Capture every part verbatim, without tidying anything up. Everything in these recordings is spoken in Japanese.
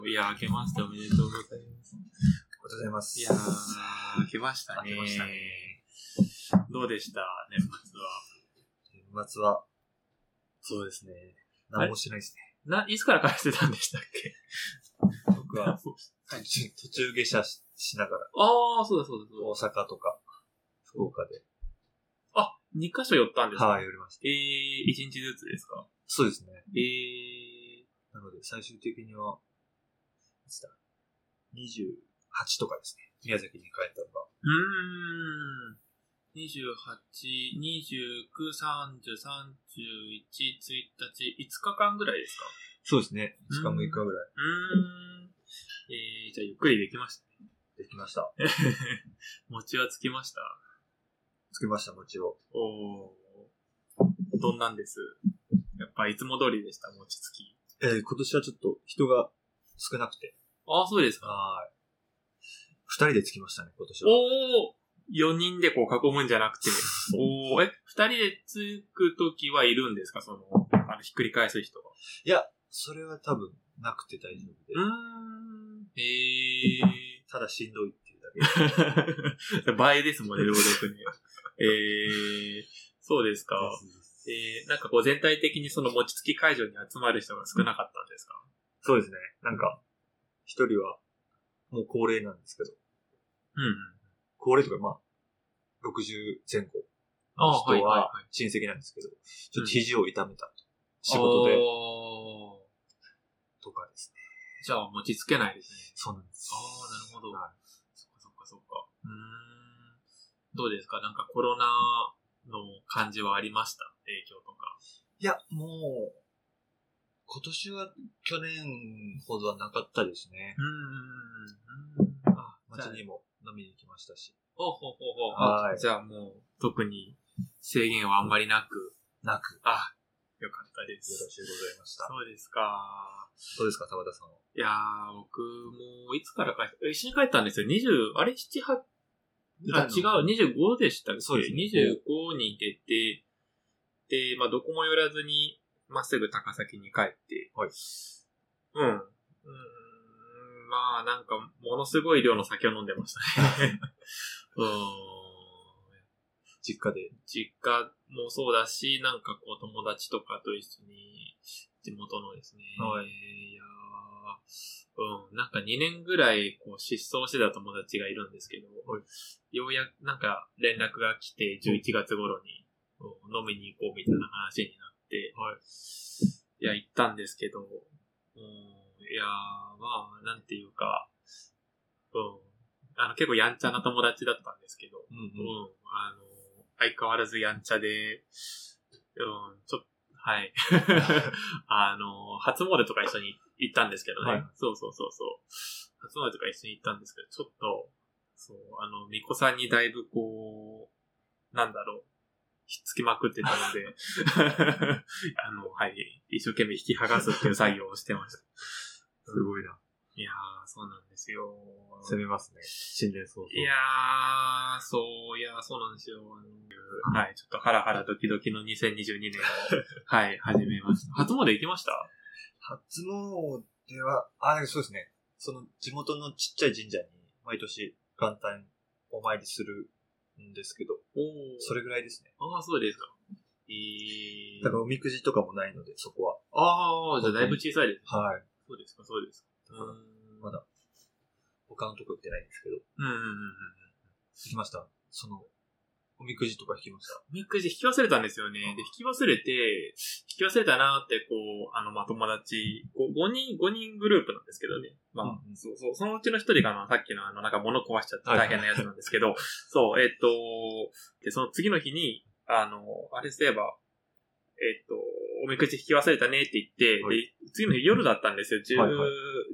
いやー、明けましておめでとうございます。 ありがとうございます。 いやー、明けましたね。 明けましたね。 どうでした年末は。 年末は、そうですね。何もしてないですね。 な、いつから返してたんでしたっけ？ 僕は、途中、途中下車 し, しながら。 あー、そうだそうだそうだ。大阪とか、福岡で。 あ、に箇所寄ったんですか？ はい、寄りました。 えー、いちにちずつですか？ そうですね。 えー。 なので、最終的には、いつだにじゅうはちとかですね。宮崎に帰ったのが。 うーん。にじゅうはち、にじゅうく、さんじゅう、さんじゅういち、ついたち、いつかかんぐらいですか？ そうですね。いつかむいかぐらい。 うーん。えー、じゃあゆっくりできましたね。 できました。 餅はつきました？ つけました、餅を。 おー。どんなんです？やっぱいつも通りでした、餅つき。 えー、今年はちょっと人が少なくて。 ああ、そうですか。 はい。二人でつきましたね、今年は。 おー。よにんでこう囲むんじゃなくて。おー。え、二人でつくときはいるんですか？その、あの、ひっくり返す人は。 いや、それは多分なくて大丈夫で。 うーん。へー。 ただしんどいっていうだけ。 倍ですもんね、労働ね。えー、そうですか。えー、なんかこう全体的にその餅つき会場に集まる人が少なかったんですか？ そうですね。なんか、一人はもう高齢なんですけど。 うんうん。 高齢とかまあ、ろくじゅうぜん後の人は親戚なんですけど、ちょっと肘を痛めたと。仕事で。とかですね。 じゃあ餅つけないですね。 そうなんです。 ああ、なるほど。はい、そっかそっかそっか。うーん。どうですか？なんかコロナの感じはありました？影響とか。 いや、もう、今年は去年ほどはなかったですね。 うーん。 あ、街にも飲みに行きましたし。 ほうほうほうほう。 はい。 じゃあもう特に制限はあんまりなく。 なく。 あ、よかったです。 よろしゅうございました。 そうですか。 どうですか、田畑さんは。 いやー、僕もいつから帰った、一緒に帰ったんですよ。にじゅう、あれ、なな、はち、あ、違う、にじゅうごでしたっけ？ そうですね。 にじゅうごに出て、で、まあ、どこも寄らずに、まっすぐ高崎に帰って、 はい。 うん。うーん、まあ、なんか、ものすごい量の酒を飲んでましたね。うーん。 実家で。 実家もそうだし、なんかこう、友達とかと一緒に、地元のですね。 はい。 いやー、うん、なんかにねんぐらい、こう、失踪してた友達がいるんですけど、 はい、 ようやく、なんか、連絡が来て、じゅういちがつ頃に、うん、飲みに行こうみたいな話になって、はい。いや、行ったんですけど、うん、いやー、まあ、なんていうか、うん、あの、結構やんちゃな友達だったんですけど、うん、うん、うん、あの、相変わらずやんちゃで、うん、ちょっと、はい。あの、初詣とか一緒に行ったんですけどね。はい、そうそうそうそう。初詣とか一緒に行ったんですけど、ちょっと、そう、あの、巫女さんにだいぶこう、なんだろう、ひっつきまくってたので、あの、はい、一生懸命引き剥がすっていう作業をしてました。 すごいな。 いやー、そうなんですよ。 攻めますね。新年早々。 いやー、そう、いやー、そうなんですよ。はい、ちょっとハラハラドキドキのにせんにじゅうにねんを、はい、始めました。初詣行きました？ 初詣は、あ、そうですね。その地元のちっちゃい神社に毎年元旦お参りするんですけど、おそれぐらいですね。 ああ、そうですか。えー。 だからおみくじとかもないので、そこは。 ああ、じゃあだいぶ小さいですね。 はい。 そうですか、そうですか。 うんまだ、他のとこ行ってないんですけど。 うんうんうんうん。 行きました。その、おみくじとか引きました。 おみくじ引き忘れたんですよね。で、引き忘れて、引き忘れたなーって、こう、あの、まあ、友達、ごにん、ごにんグループなんですけどね。まあ、うんうん、そうそう、そのうちの一人が、あの、さっきの、あの、なんか物壊しちゃって大変なやつなんですけど、はい、そう、えっと、で、その次の日に、あの、あれすれば、えっと、おみくじ引き忘れたねって言って、はい、で、次の日夜だったんですよ。じゅう、はいはい、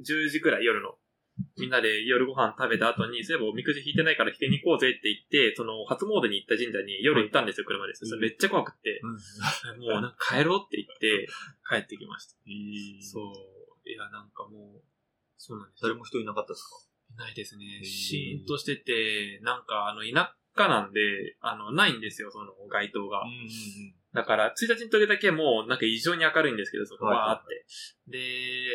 じゅうじくらい夜の。みんなで夜ご飯食べた後に、そういえばおみくじ引いてないから引きに行こうぜって言って、その初詣に行った神社に夜行ったんですよ、車で。それめっちゃ怖くって、うん、もうなんか帰ろうって言って帰ってきました。そう。いや、なんかもう、そうなんです。 誰も人いなかったですか？ いないですね。シーンとしてて、なんかあの、田舎なんで、あの、ないんですよ、その街灯が。うんうんうん、だから、ついたちの時だけもうなんか異常に明るいんですけど、そこはあって。はいはいはい、で、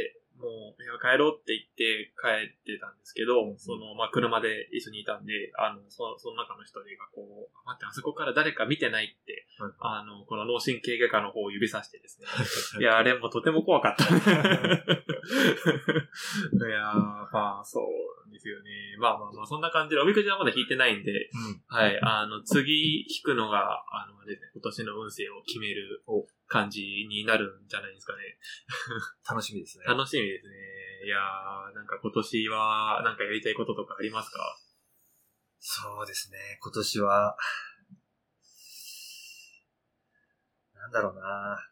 もう、いや帰ろうって言って帰ってたんですけど、その、まあ、車で一緒にいたんで、あの、そその中の一人がこう、待って、あそこから誰か見てないって、 はい、 あの、この脳神経外科の方を指さしてですね。いや、あれもとても怖かった。いやー、まあ、そうですよね。まあまあまあ、そんな感じで、おみくじはまだ引いてないんで、 うん、 はい、あの、次引くのが、あの、ですね、今年の運勢を決める感じになるんじゃないですかね。 楽しみですね。 楽しみですね。いやー、なんか今年は、なんかやりたいこととかありますか？ そうですね、今年は、なんだろうな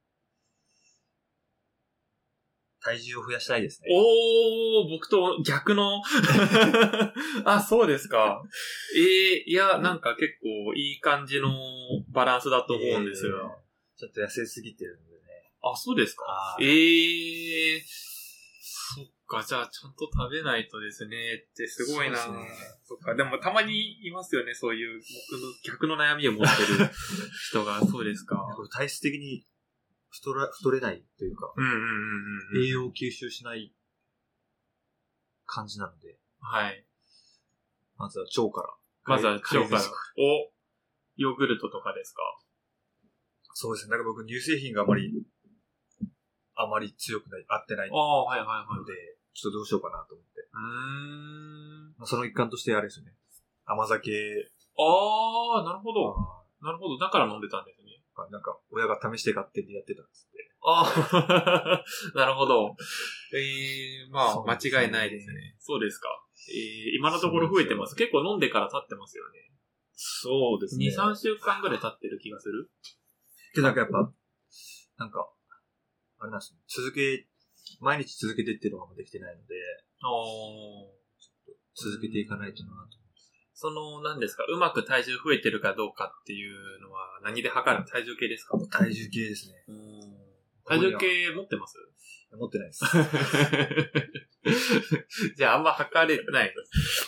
体重を増やしたいですね。 おー、僕と逆の。あ、そうですか。えー、いや、なんか結構いい感じのバランスだと思うんですが。 えー、ちょっと痩せすぎてるんでね。 あ、そうですか。えー、そっか、じゃあちゃんと食べないとですね、ってすごいな。 そうですね。 そっか、でもたまにいますよね、そういう僕の逆の悩みを持ってる人が。そうですか。 体質的に太ら、太れないというか、 うんうんうんうん、 栄養を吸収しない感じなので、 はい。 まずは腸から。 まずは腸から。お、ヨーグルトとかですか？ そうですね。なんか僕乳製品があまり、あまり強くない、合ってないので、 ああ、はいはいはい。 ちょっとどうしようかなと思って。 うーん。 まあ、その一環としてあれですよね。甘酒。 ああ、なるほど。なるほど。だから飲んでたんですね。 なんか、親が試して買ってでやってたんですって。 ああ、なるほど。ええー、まあ、ね、間違いないですね。そうですか。えー、今のところ増えてます。結構飲んでから経ってますよね。 そうですね。 に、さんしゅうかんぐらい経ってる気がする？ けどなんかやっぱ、なんか、あれなんですね。続け、毎日続けてっていうのができてないので、 ああ、 続けていかないとなと思って。 その、何ですか、うまく体重増えてるかどうかっていうのは何で測る？体重計ですか？ 体重計ですね。 うん、体重計持ってます？ 持ってないです。 じゃああんま測れないです。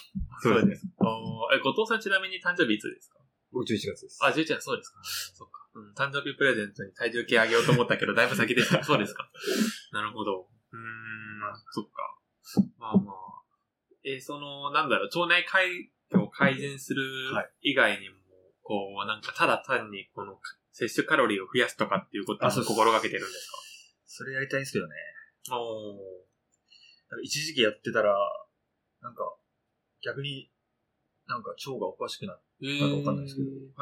そうです。え、後藤さんちなみに誕生日いつですか？ 僕じゅういちがつです。 あ、じゅういちがつ、そうですか。そっか。うん、誕生日プレゼントに体重計あげようと思ったけど、だいぶ先でした。そうですか。なるほど。うーん、そっか。まあまあ。えー、その、なんだろう、腸内環境を改善する以外にも、はい、こう、なんかただ単にこの摂取カロリーを増やすとかっていうことを心がけてるんですか？ それやりたいんですけどね。 おー。一時期やってたら、なんか、逆になんか腸がおかしくなったかわかんないですけど、 えー、はい。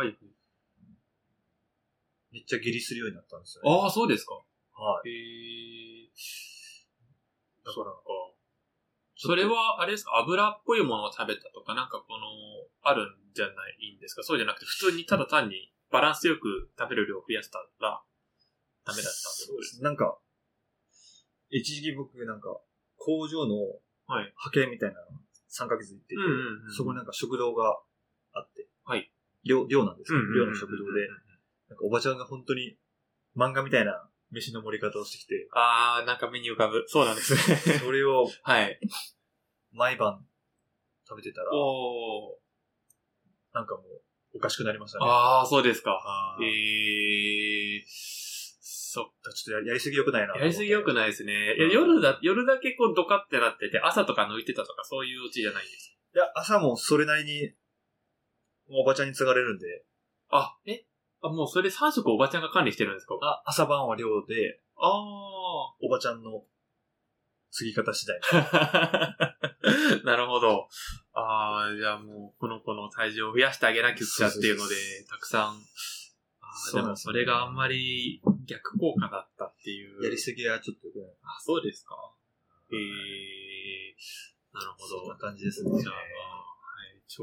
めっちゃ下痢するようになったんですよね。ああ、そうですか。 はい。 へえー。だからか。それは、あれですか、油っぽいものを食べたとか、なんかこの、あるんじゃないんですか？そうじゃなくて、普通にただ単にバランスよく食べる量を増やしたら、ダメだったってことです。 なんか、一時期僕なんか、工場の派遣みたいなのさんかげつ行ってて、うんうんうん、そこになんか食堂があって、 はい。 寮、寮なんですけど、寮の食堂で、なんかおばちゃんが本当に漫画みたいな飯の盛り方をしてきて。 あー、なんか目に浮かぶ。そうなんですね。 それを、 はい。 毎晩食べてたら、 おなんかもうおかしくなりましたね。 あー、そうですか。えー、そっか。 ちょっとやりすぎ良くないな。 やりすぎ良くないですね。いや、夜だ、夜だけこうドカってなってて、朝とか抜いてたとかそういううちじゃないんです。 いや、朝もそれなりに、おばちゃんに継がれるんで。 あ、えあ、もうそれさん食おばちゃんが管理してるんですか？ あ、朝晩は寮で、 ああ。 おばちゃんの継ぎ方次第。 なるほど。ああ、じゃあもう、この子の体重を増やしてあげなきゃっていうので、たくさん。あでもそれがあんまり逆効果だったっていう。 やりすぎはちょっと、ね。 あ、そうですか。へえー、なるほど。 そんな感じですね。 じゃあ、はい、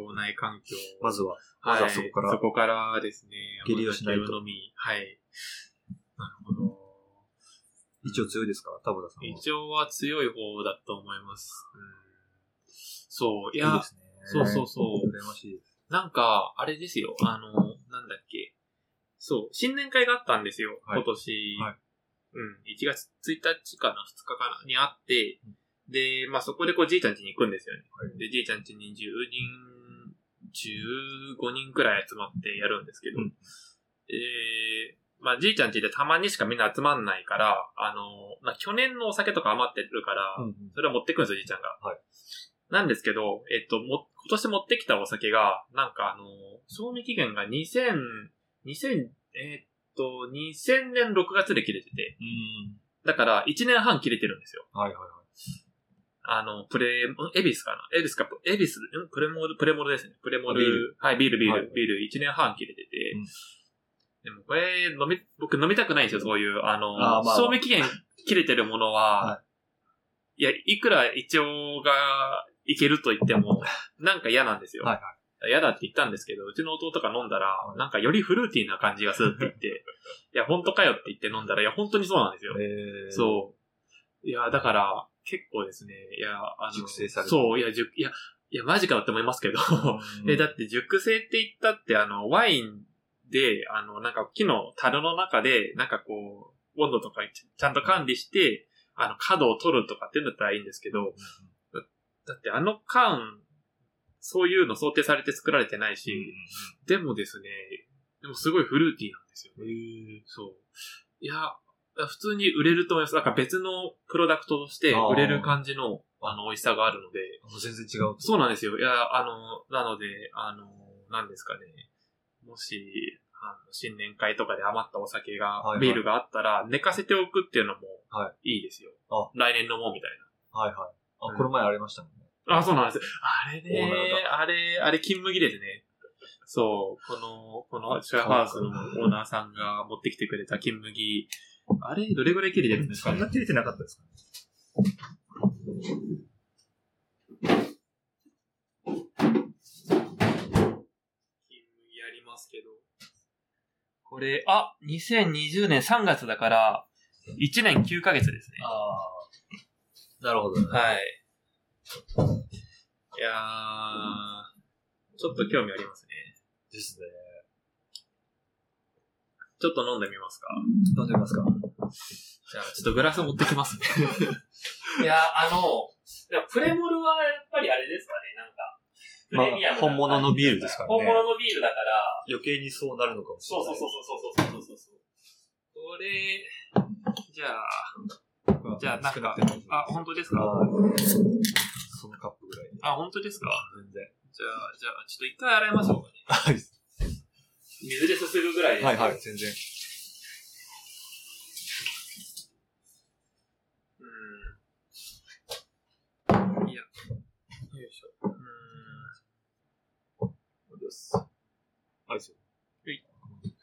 腸内環境。 まずは、まずはそこから。 はい、そこからですね。 下痢をしないと。 飲み。はい。なるほど。 胃腸強いですか、田村さんは。 胃腸は強い方だと思います。うん、そう、いや、 いいですね。 そうそうそう。 羨ましいです。 なんか、あれですよ、あの、なんだっけ。そう、新年会があったんですよ、はい、今年。はい。うん、いちがつついたちかな、ふつかかな、にあって、うん、で、まあそこでこうじいちゃん家に行くんですよね。はい、で、じいちゃん家にじゅうにん、じゅうごにんくらい集まってやるんですけど、うん、えー、 まあじいちゃん家でたまにしかみんな集まんないから、あの、まあ去年のお酒とか余ってるから、うんうん、それを持ってくるんですよ、じいちゃんが。はい。なんですけど、えっと、も、今年持ってきたお酒が、なんかあの、賞味期限がにせん、にせん、えー、っと、にせんねんろくがつで切れてて、うんだからいちねんはん切れてるんですよ。はいはいはい。あの、プレ、エビスかなエビスか、エビス、んプレモル、プレモルですね。プレモル、ビールはい、ビール、ビール、はい、ビールいちねんはん切れてて、うん、でもこれ、飲み、僕飲みたくないんですよ、そういう、あの、あまあ、賞味期限切れてるものは、はい、いや、いくらイチョウがいけると言っても、なんか嫌なんですよ。はいはい、嫌だって言ったんですけど、うちの弟が飲んだら、はい、なんかよりフルーティーな感じがするって言って、いや、本当かよって言って飲んだら、いや、本当にそうなんですよ。へーそう。いや、だから、結構ですね、いや、あの、 熟成される。 そう、いや、熟、いや、いや、マジかって思いますけど、え、だって熟成って言ったって、あの、ワインで、あの、なんか木の樽の中で、なんかこう、温度とかちゃんと管理して、あの、角を取るとかって言うんだったらいいんですけど、だ, だってあの缶、そういうの想定されて作られてないし、でもですね、でもすごいフルーティーなんですよね。へそう。いや、普通に売れると思います。なんか別のプロダクトとして売れる感じの、あの、美味しさがあるので。 全然違う。 そうなんですよ。いや、あの、なので、あの、なんですかね。もし、あの新年会とかで余ったお酒が、はいはい、ビールがあったら、寝かせておくっていうのも、いいですよ。はい、来年飲もうみたいな。 はいはい。あ、うん、この前ありましたもんね。 あ、そうなんです。あれね、あれ、あれ、金麦ですね。そう、この、このシェアハウスのオーナーさんが持ってきてくれた金麦、あれ、どれぐらい切れてるんですかね。 そんな切れてなかったですかね。 金麦ありますけど。これ、あ、にせんにじゅうねんさんがつだから、いちねんきゅうかげつですね。ああ。なるほどね。 はい。いやー、ちょっと興味ありますね。 ですね。 ちょっと飲んでみますか。 飲んでみますか。 じゃあ、ちょっとグラス持ってきますね。いや、あの、プレモルはやっぱりあれですかね、なんか。プレミアム、 まあ、本物のビールですからね。 本物のビールだから。 余計にそうなるのかもしれない。 そうそうそうそうそうそうそう。これ、じゃあ、じゃあなんか、あ、本当ですか？ そのカップぐらい。 あ、本当ですか？ 全然。 じゃあ、じゃあ、ちょっと一回洗いましょうかね。はい。水ですすぐぐらいです。 はいはい、全然。 うん。いや。よいしょ。うーん。 これです。はい、そう。はい。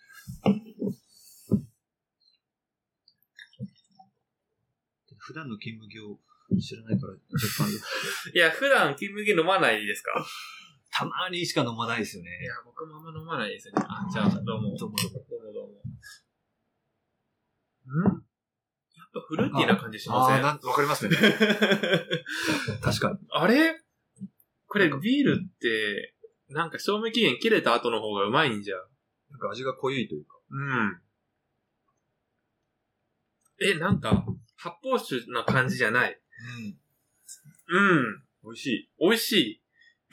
普段の金麦を知らないから若干。 いや、普段金麦飲まないですか？ たまにしか飲まないですよね。 いや、僕もあんま飲まないですよね。あ、じゃあ、どうも。どうもどうも。どうもどうも。ん？やっぱフルーティーな感じしません？ ああ、わかりますね。確かに。 あれ？これビールって、なんか賞味期限切れた後の方がうまいんじゃ。 なんか味が濃いというか。 うん。え、なんか、発泡酒な感じじゃない。うん。うん。 美味しい。 美味しい。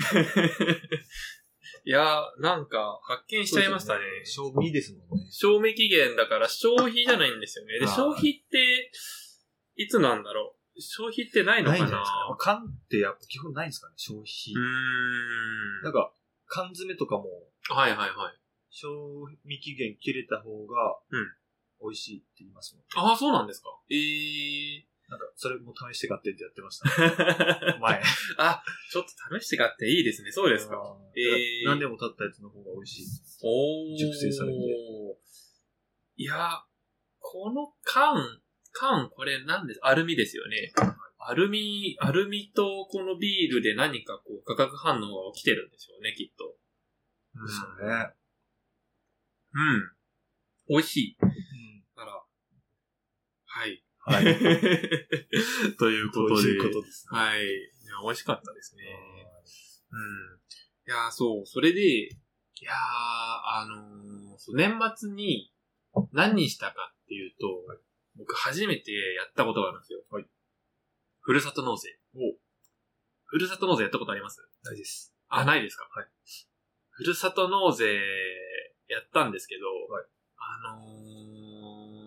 いやー、なんか、発見しちゃいましたね。 賞味ですもんね。 賞味期限だから消費じゃないんですよね。で、消費って、いつなんだろう。消費ってないのかな？ないんじゃないですか。 缶ってやっぱ基本ないんですかね、消費。うーん。なんか、缶詰とかも。 はいはいはい。 賞味期限切れた方が、うん。美味しいって言いますもん、ね。 ああ、そうなんですか。ええー。 なんか、それも試して買ってってやってました、ね。前。 あ、ちょっと試して買っていいですね。そうですか。 ええー。何でも経ったやつの方が美味しい。おー。熟成されて。 いや、この缶、缶、これ何です？アルミですよね。アルミ、アルミとこのビールで何かこう化学反応が起きてるんでしょうね、きっと。 ですよね。 うん。美味しい。うん。だから、はい。はい。ということで。 そういうことです、 ね。はい。いや、美味しかったですね。うん。いや、そう、それで、いやあのー、年末に何したかっていうと、はい、僕初めてやったことがあるんですよ。はい。ふるさと納税。おふるさと納税やったことあります？ ないです。 あ、ないですか？はい。ふるさと納税やったんですけど、はい、あのー、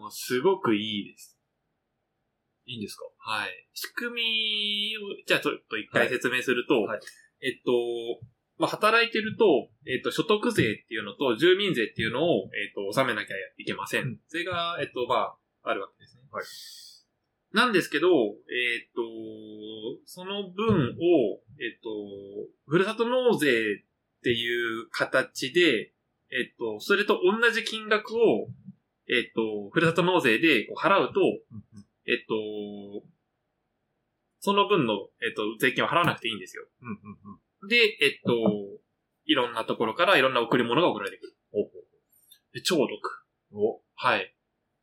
の、すごくいいです。 いいんですか？ はい。仕組みを、じゃあちょっと一回説明すると、はいはい、えっと、まあ、働いてると、えっと、所得税っていうのと住民税っていうのを、えっと、納めなきゃいけません。うん、それが、えっと、まあ、あるわけですね。はい。なんですけど、えっと、その分を、えっと、ふるさと納税っていう形で、えっと、それと同じ金額を、えっと、ふるさと納税でこう払うと、うんうん、えっと、その分の、えっと、税金を払わなくていいんですよ。うんうんうん、で、えっと、いろんなところからいろんな贈り物が送られてくる。おで超得。おはい。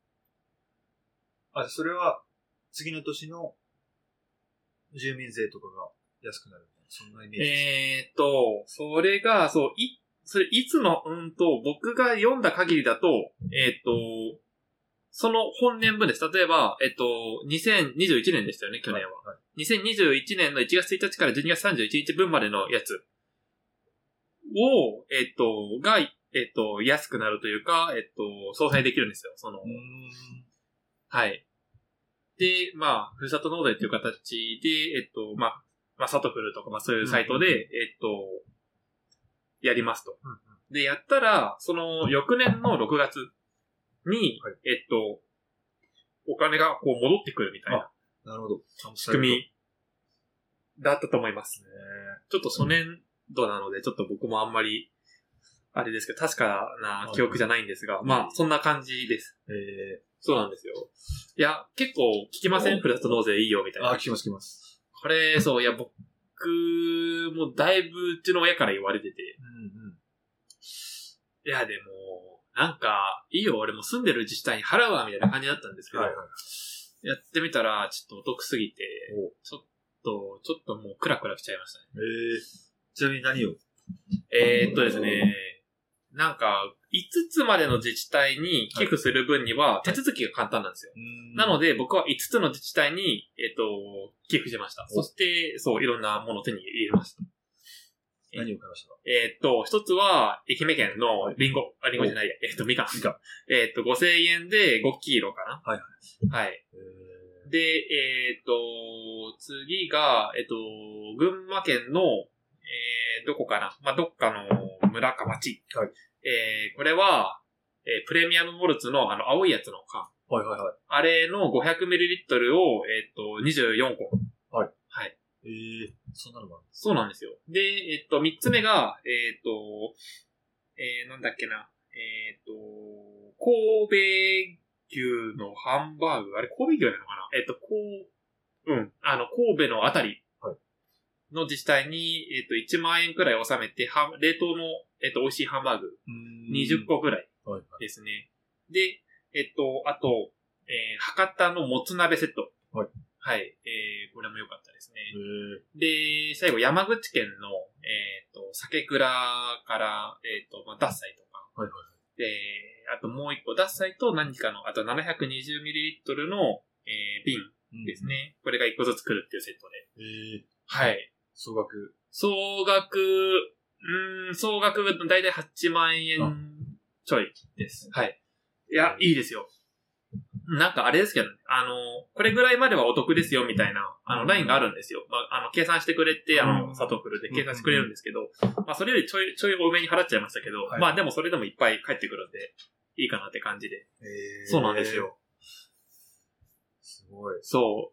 あ、それは、次の年の住民税とかが安くなる。そんなイメージですか？ えーっと、それが、そう、い、それいつの、うんと、僕が読んだ限りだと、えーっと、その本年分です。例えば、えっと、にせんにじゅういちねんでしたよね、去年は。はいはい、にせんにじゅういちねんのいちがつついたちからじゅうにがつさんじゅういちにち分までのやつを、えっと、が、えっと、安くなるというか、えっと、相殺できるんですよ。その、はい。で、まあ、ふるさと納税っていう形で、えっと、まあ、まあ、サトフルとか、まあそういうサイトで、うんうんうん、えっと、やりますと。うんうん、で、やったら、その翌年のろくがつに、はい、えっと、お金がこう戻ってくるみたいな。 なるほど。 仕組みだったと思います。ちょっと初年度なので、ちょっと僕もあんまり、あれですけど、確かな記憶じゃないんですが、まあ、そんな感じです。えー、そうなんですよ。いや、結構聞きません？ふるさと納税いいよ、みたいな。 あ、聞きます、聞きます。 これ、そう、いや、僕もだいぶうちの親から言われてて。うんうん、いや、でも、なんか、いいよ、俺も住んでる自治体に払うわ、みたいな感じだったんですけど、はいはい、やってみたら、ちょっとお得すぎて、ちょっと、ちょっともうクラクラしちゃいましたね。 えー、ちなみに何を？ えーっとですね、なんか、いつつまでの自治体に寄付する分には手続きが簡単なんですよ。はい、なので僕はいつつの自治体に、えっと、寄付しました。そして、そう、いろんなものを手に入れました。 何を買いましたか？ えっと、一つは、愛媛県のリンゴ、あ、リンゴじゃないや、えっと、みかん。みかん。えっと、ごせんえんでごキロかな。はいはい。はい。で、えっと、次が、えっと、群馬県の、えー、どこかな、まあ、どっかの村か町。はい。えー、これは、えー、プレミアムモルツのあの青いやつの缶。はいはいはい。あれの ごひゃくミリリットル を、えっと、にじゅうよんこ。はい。はい。 えー、そんなのがあるんですか？そうなんですよ。で、えっと、三つ目が、えっと、えー、なんだっけな。えっと、神戸牛のハンバーグ。あれ、神戸牛なのかな？えっと、こう、うん。あの、神戸のあたり。の自治体に、えっと、いちまんえんくらい納めて、は冷凍の、えっと、美味しいハンバーグ、にじゅっこくらいですね。はいはい、で、えっと、あと、えー、博多のもつ鍋セット。はい。はい。えー、これも良かったですね。で、最後、山口県の、えっと、酒蔵から、えっと、まあ、獺祭とか。はいはい。で、あともう一個、獺祭と何かの、あと ななひゃくにじゅうミリリットル の、えー、瓶ですね、うん。これがいっこずつ来るっていうセットで。はい。 総額。 総額、うーん、総額がだいたいはちまんえんちょいです。はい。いや、いいですよ。なんかあれですけどね、あの、これぐらいまではお得ですよみたいな、あの、ラインがあるんですよ。まあ、あの、計算してくれて、あの、サトフルで計算してくれるんですけど、まあ、それよりちょい、ちょい多めに払っちゃいましたけど、はい、まあ、でもそれでもいっぱい返ってくるんで、いいかなって感じで。そうなんですよ。 すごい。 そう。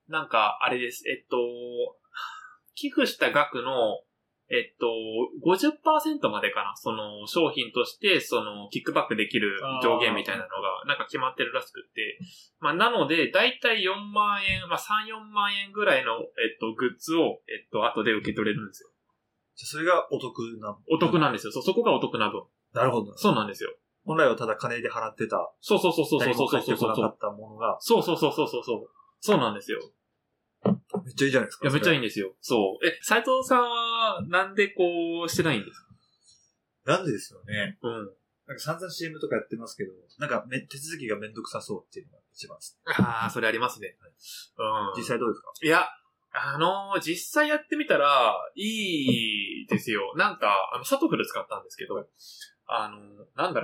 なんか、あれです。えっと、寄付した額の、えっと、ごじゅっパーセント までかな。その商品として、その、キックバックできる上限みたいなのが、なんか決まってるらしくって。まあ、なので、だいたいよんまんえん、まあ、さん、よんまんえんぐらいの、えっと、グッズを、えっと、後で受け取れるんですよ。 じゃ、それがお得なお得なんですよ。そ、そこがお得な分。 なるほど。 そうなんですよ。 本来はただ金で払ってた。 そうそうそうそうそうそうそう。 何も返ってこなかったものが。 そうそうそうそうそうそう。そうなんですよ。 めっちゃいいじゃないですか。 いや、めっちゃいいんですよ。そう。え、斉藤さんは、なんでこう、してないんですか？ なんでですよね。うん。なんか散々 シーエム とかやってますけど、なんかめ手続きがめんどくさそうっていうのが一番です。 ああ、それありますね。 はい、うん。実際どうですか？ いや、あのー、実際やってみたら、いいですよ。なんか、あの、サトフル使ったんですけど、あのー、なんだろうな。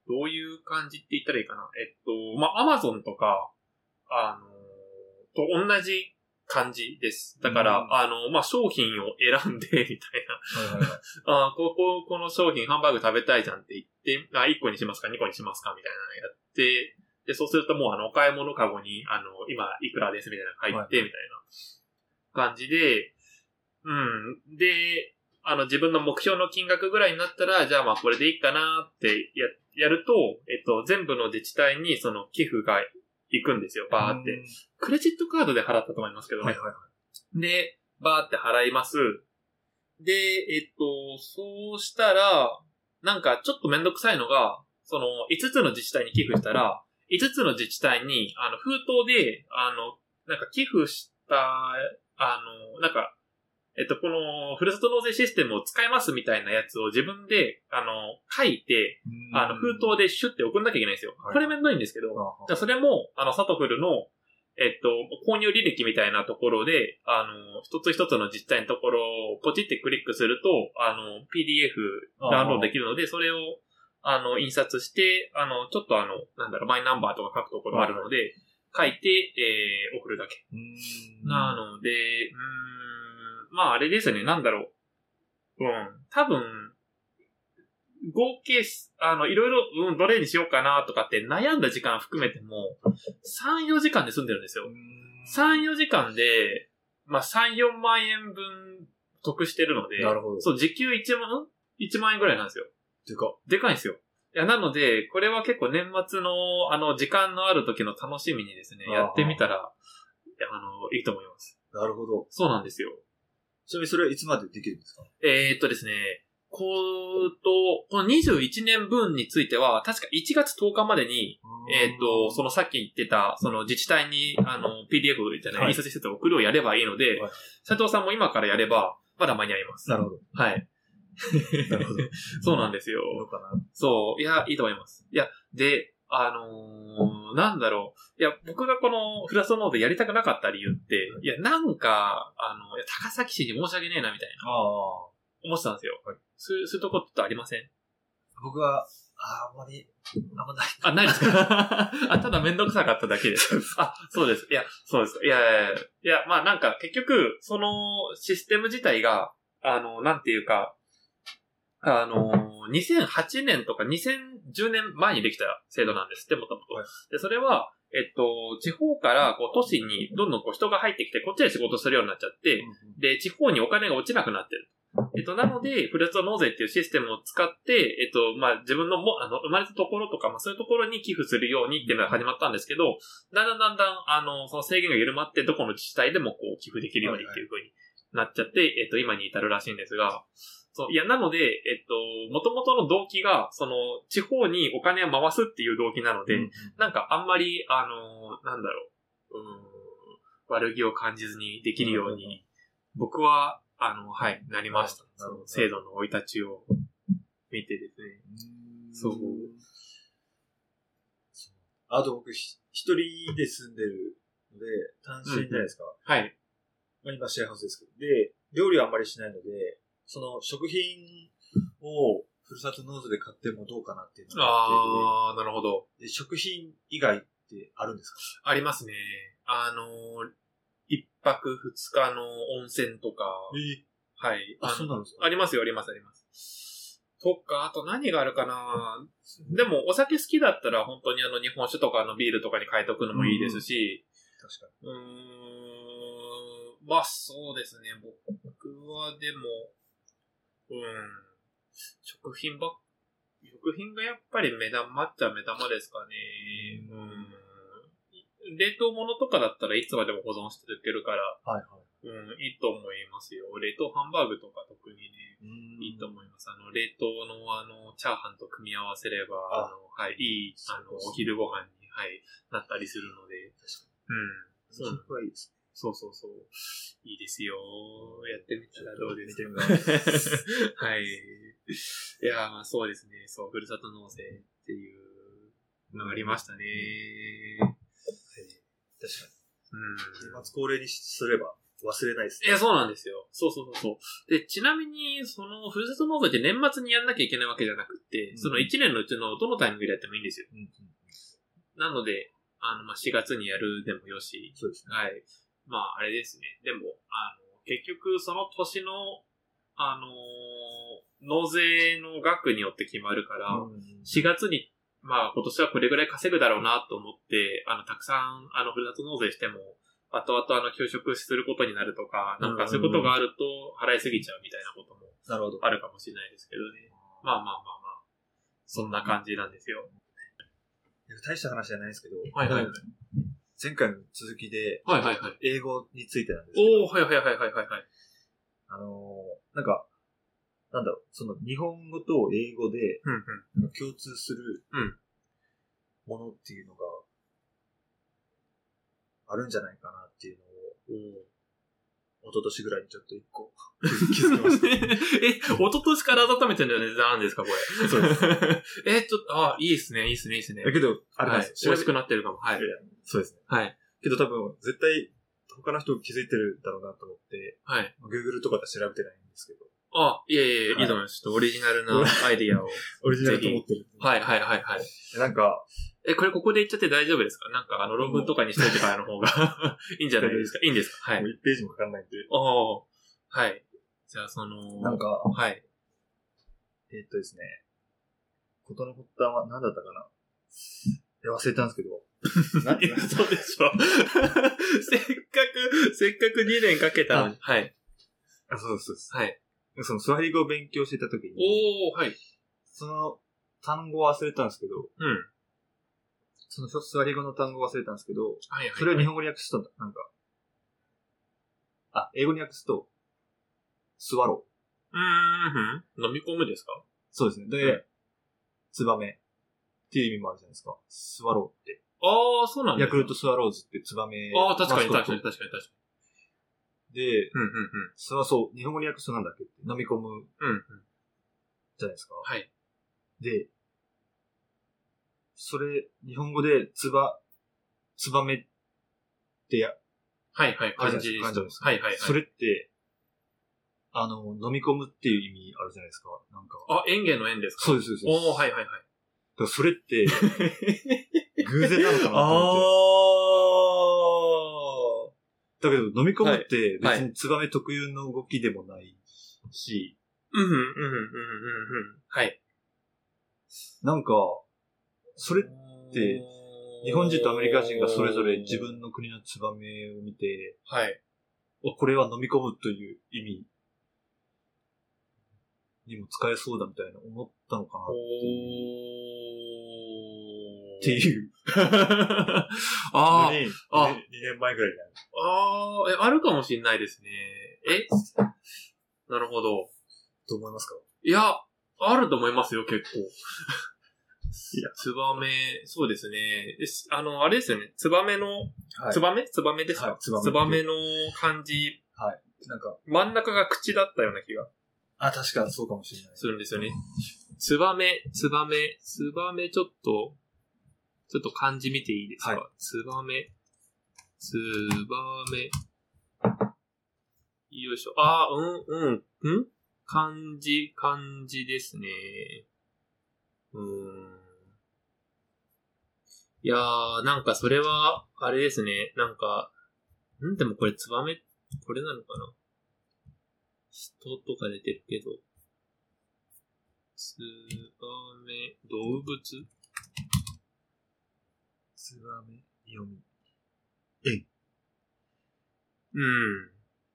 どういう感じって言ったらいいかな。えっと、まあ、アマゾンとか、あの、と同じ感じです。だから、うん、あの、まあ、商品を選んで、みたいな。はいはいはい、あここ、この商品、ハンバーグ食べたいじゃんって言って、あ、いっこにしますか、にこにしますか、みたいなのやって、で、そうするともう、あの、お買い物カゴに、あの、今、いくらです、みたいなの入って、はい、みたいな感じで、うん。で、あの、自分の目標の金額ぐらいになったら、じゃあまあ、これでいいかなってや、やると、えっと、全部の自治体に、その、寄付が行くんですよ、バーって。クレジットカードで払ったと思いますけどね。はいはいはい。で、バーって払います。で、えっと、そうしたら、なんかちょっとめんどくさいのが、その、いつつの自治体に寄付したら、いつつの自治体に、あの、封筒で、あの、なんか寄付した、あの、なんか、えっと、この、ふるさと納税システムを使いますみたいなやつを自分で、あの、書いて、あの、封筒でシュッて送んなきゃいけないんですよ。はい、これめんどいんですけど、じゃあそれも、あの、サトフルの、えっと、購入履歴みたいなところで、あの、一つ一つの自治体のところをポチってクリックすると、あの、ピーディーエフ ダウンロードできるので、それを、あの、印刷して、あの、ちょっとあの、なんだろう、マイナンバーとか書くところあるので、書いて、えー、送るだけ。なので、うーん、まああれですね、なんだろう。うん、多分、合計、あの、いろいろ、うん、どれにしようかなとかって悩んだ時間含めても、さん、よじかんで済んでるんですよ。さん、よじかんで、まあ、さん、よんまん円分得してるので、 なるほど。 そう、時給いちまん、いちまん円ぐらいなんですよ。 でか。 でかいんですよ。いや、なので、これは結構年末の、あの、時間のある時の楽しみにですね、やってみたら、いや、あの、いいと思います。 なるほど。 そうなんですよ。 ちなみにそれはいつまでできるんですか？ えーっとですね、こうと、このにじゅういちねんぶんについては、確かいちがつとおかまでに、えーっと、そのさっき言ってた、その自治体に、あの、ピーディーエフ じゃない、印刷施設を送るをやればいいので、はい、斉藤さんも今からやれば、まだ間に合います。 なるほど。 はい。なるほど。そうなんですよ。 どうかな？ そう。いや、いいと思います。いや、で、あのー、なんだろう。いや、僕がこのフラストノートやりたくなかった理由って、いや、なんか、あの、いや高崎市に申し訳ねえな、みたいな。 ああ。 思ってたんですよ。はい、そういう、そういうとこってありません？ 僕は、ああんまり、あんまない。 あ、ないですかあ、ただめんどくさかっただけです。あ、そうです。いや、そうです。いやいやいや、いや、まあなんか結局、そのシステム自体が、あの、なんていうか、あの、にせんはちねんとかにせんじゅうねんまえにできた制度なんですって、もともと。で、それは、えっと、地方からこう都市にどんどんこう人が入ってきて、こっちで仕事するようになっちゃって、うんうん、で、地方にお金が落ちなくなってる。えっと、なので、ふるさと納税っていうシステムを使って、えっと、まあ、自分のも、あの、生まれたところとか、まあ、そういうところに寄付するようにっていうのが始まったんですけど、だんだんだんだん、あの、その制限が緩まって、どこの自治体でもこう、寄付できるようにっていう風になっちゃって、はいはい、えっと、今に至るらしいんですが、そう、いや、なので、えっと、元々の動機が、その、地方にお金を回すっていう動機なので、うんうん、なんかあんまり、あの、なんだろう、うーん、悪気を感じずにできるように、僕は、あの、はい、なりました。その制度の生い立ちを見てですね。そう。 あと僕、一人で住んでるので、単身じゃないですか。 うんうん、はい。 まあ、今シェアハウスですけど。で、料理はあんまりしないので、その食品をふるさと納税で買ってもどうかなっていうのがあって。 ああ、なるほど。 で、食品以外ってあるんですか？ ありますね。あのー、一泊二日の温泉とか。 えー、 はい。 あ、そうなんですか？ ありますよ、あります、あります。とか、あと何があるかな。でも、お酒好きだったら本当にあの日本酒とかのビールとかに変えとくのもいいですし。 うん、確かに。 うーん。まあ、そうですね。僕はでも、うん。食品ばっ、食品がやっぱり目玉っちゃ目玉ですかね。うん。冷凍物とかだったらいつまでも保存しておけるから、 はいはい。 うん、いいと思いますよ。冷凍ハンバーグとか特にね、いいと思います。あの、冷凍のあの、チャーハンと組み合わせれば、あの、はい、いい、あの、お昼ご飯に、はい、なったりするので。確かに。うん。 そう。いいですね。 そうそうそう。いいですよ。やってみたらどうですか？ 見てみます。 はい。いや、まあそうですね。そう、ふるさと納税っていうのがありましたね。はい、 確かに。 うん。 年末恒例にすれば忘れないですね。いや、そうなんですよ。そうそうそうそう。で、ちなみに、その、ふるさと納税って年末にやんなきゃいけないわけじゃなくて、うん、そのいちねんのうちのどのタイミングでやってもいいんですよ。うんうん、なので、あの、まあ、しがつにやるでもよし。 そうですね。 はい。まあ、あれですね。でも、あの、結局、その年の、あのー、納税の額によって決まるから、うん、しがつに、まあ、今年はこれぐらい稼ぐだろうなと思って、あの、たくさん、あの、ふるさと納税しても、後々あの、休職することになるとか、なんかそういうことがあると、払いすぎちゃうみたいなことも、なるほど。あるかもしれないですけどね。まあまあまあまあ、そんな感じなんですよ。 大した話じゃないですけど、 はいはいはい、 前回の続きで、 はいはいはい、 英語についてなんですけど、 おー、はいはいはいはいはいはい。 あのー、なんか、なんだろう、その日本語と英語で、うんうん、共通するものっていうのがあるんじゃないかなっていうのを、一昨年ぐらいにちょっと一個気づきました。 え、一昨年から改めての値段ですか、これ。そうです。え、ちょっと、あ、いいですね、いいですね、いいですね。 だけど、あれなんですよ。美味しくなってるかも。はい。 そうですね。 はい。 けど多分、絶対、他の人気づいてるだろうなと思って、 はい。 Google とかで調べてないんですけど。 あ、いえいえ、いいと思います。ちょっとオリジナルなアイディアを。 オリジナルと思ってる。 はいはいはいはい。 なんか、 え、これここで言っちゃって大丈夫ですか？なんかあの論文とかにしといてからの方がいいんじゃないですか？いいんですか？はい。 もういちページもかかんないんで。 おー。はい。じゃあその、 なんか、 はい。 えー、っとですね、ことの発端は何だったかな？いや、忘れたんですけど。 何そうでしょ。せっかく、せっかくにねんかけたのに。はい。 あ、そうです、そうです。 はい。 そのスワヒリ語を勉強してた時に、 おー、はい。 その単語を忘れたんですけど、 うん。 そのスワヒリ語の単語を忘れたんですけど、 はいはいはい、 それを日本語に訳すと、なんか、あ、英語に訳すと、スワロー。うーん、飲み込むですか？ そうですね。で、うん、ツバメっていう意味もあるじゃないですか。スワローって。 ああ、そうなんですか。 ヤクルトスワローズってツバメ。 ああ、確かに確かに確かに確かに。 で、 うんうんうん。 それはそう、日本語に訳すとなんだっけって飲み込む。 うんうん。 じゃないですか。 はい。 で、それ、日本語でツバ、ツバメってや、 はいはい、漢字です。 漢字です。 はいはいはい。 それって、あの、飲み込むっていう意味あるじゃないですか。なんか。 あ、園芸の園ですか？ そうです、そうです。 おー、はいはいはい。 だからそれって、偶然なのかなと思って。 あだけど、飲み込むって別にツバメ特有の動きでもないし。 うん、うん、うん、うん、うん、うん。はい。 なんか、それって、日本人とアメリカ人がそれぞれ自分の国のツバメを見て、 はい。 これは飲み込むという意味にも使えそうだみたいな思ったのかなっていう。っていう。 ああ。 にねんまえぐらいになる。 ああ、え、あるかもしれないですね。えなるほど。 どう思いますか？ いや、あると思いますよ、結構。いや、ツバメ、そうですね。あの、あれですよね。ツバメの、はい、ツバメツバメですか、はい、ツバメ。ツバメの漢字。 はい。なんか、 真ん中が口だったような気が。 あ、確かにそうかもしれない。 するんですよね。ツバメ、ツバメ、ツバメちょっと、ちょっと漢字見ていいですか？はい、ツバメ、ツバメ。よいしょ。あー、うん、うん、ん漢字、漢字ですね。うーん。いやー、なんかそれは、あれですね。なんか、んでもこれツバメ、これなのかな？人とか出てるけど。ツバメ、動物？ ツバメ、読み。えうん。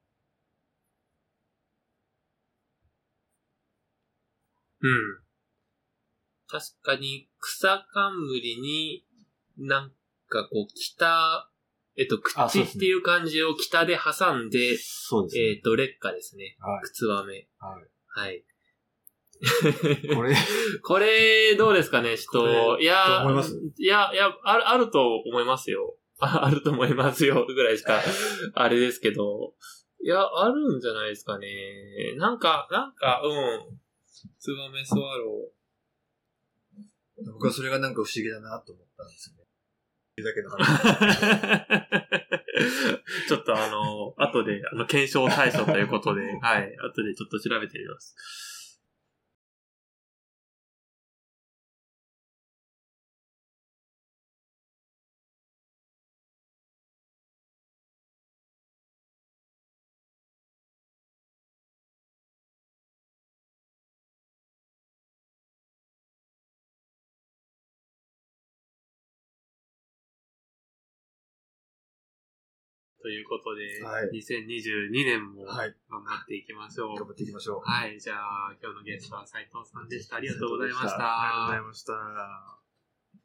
うん。確かに、草冠に、なんかこう、北、えっと、口っていう漢字を北で挟んで、 そうですね。 えっと、劣化ですね。 はい。 靴はめ。 はい。 はい。 これ、 これ、どうですかね、人。いや、 思います？ いや、いや、ある、あると思いますよ。あ、あると思いますよ、ぐらいしか、あれですけど。いや、あるんじゃないですかね。なんか、なんか、うん。ツバメスワロー。僕はそれがなんか不思議だなと思ったんですよね。だけの話。 ちょっとあの、後で、あの、検証対象ということで、はい、後でちょっと調べてみます。ということで、はい、にせんにじゅうにねんも頑張っていきましょう。はい、 頑張っていきましょう。 はい、じゃあ今日のゲストは斉藤さんでした。ありがとうございました。 ありがとうございました。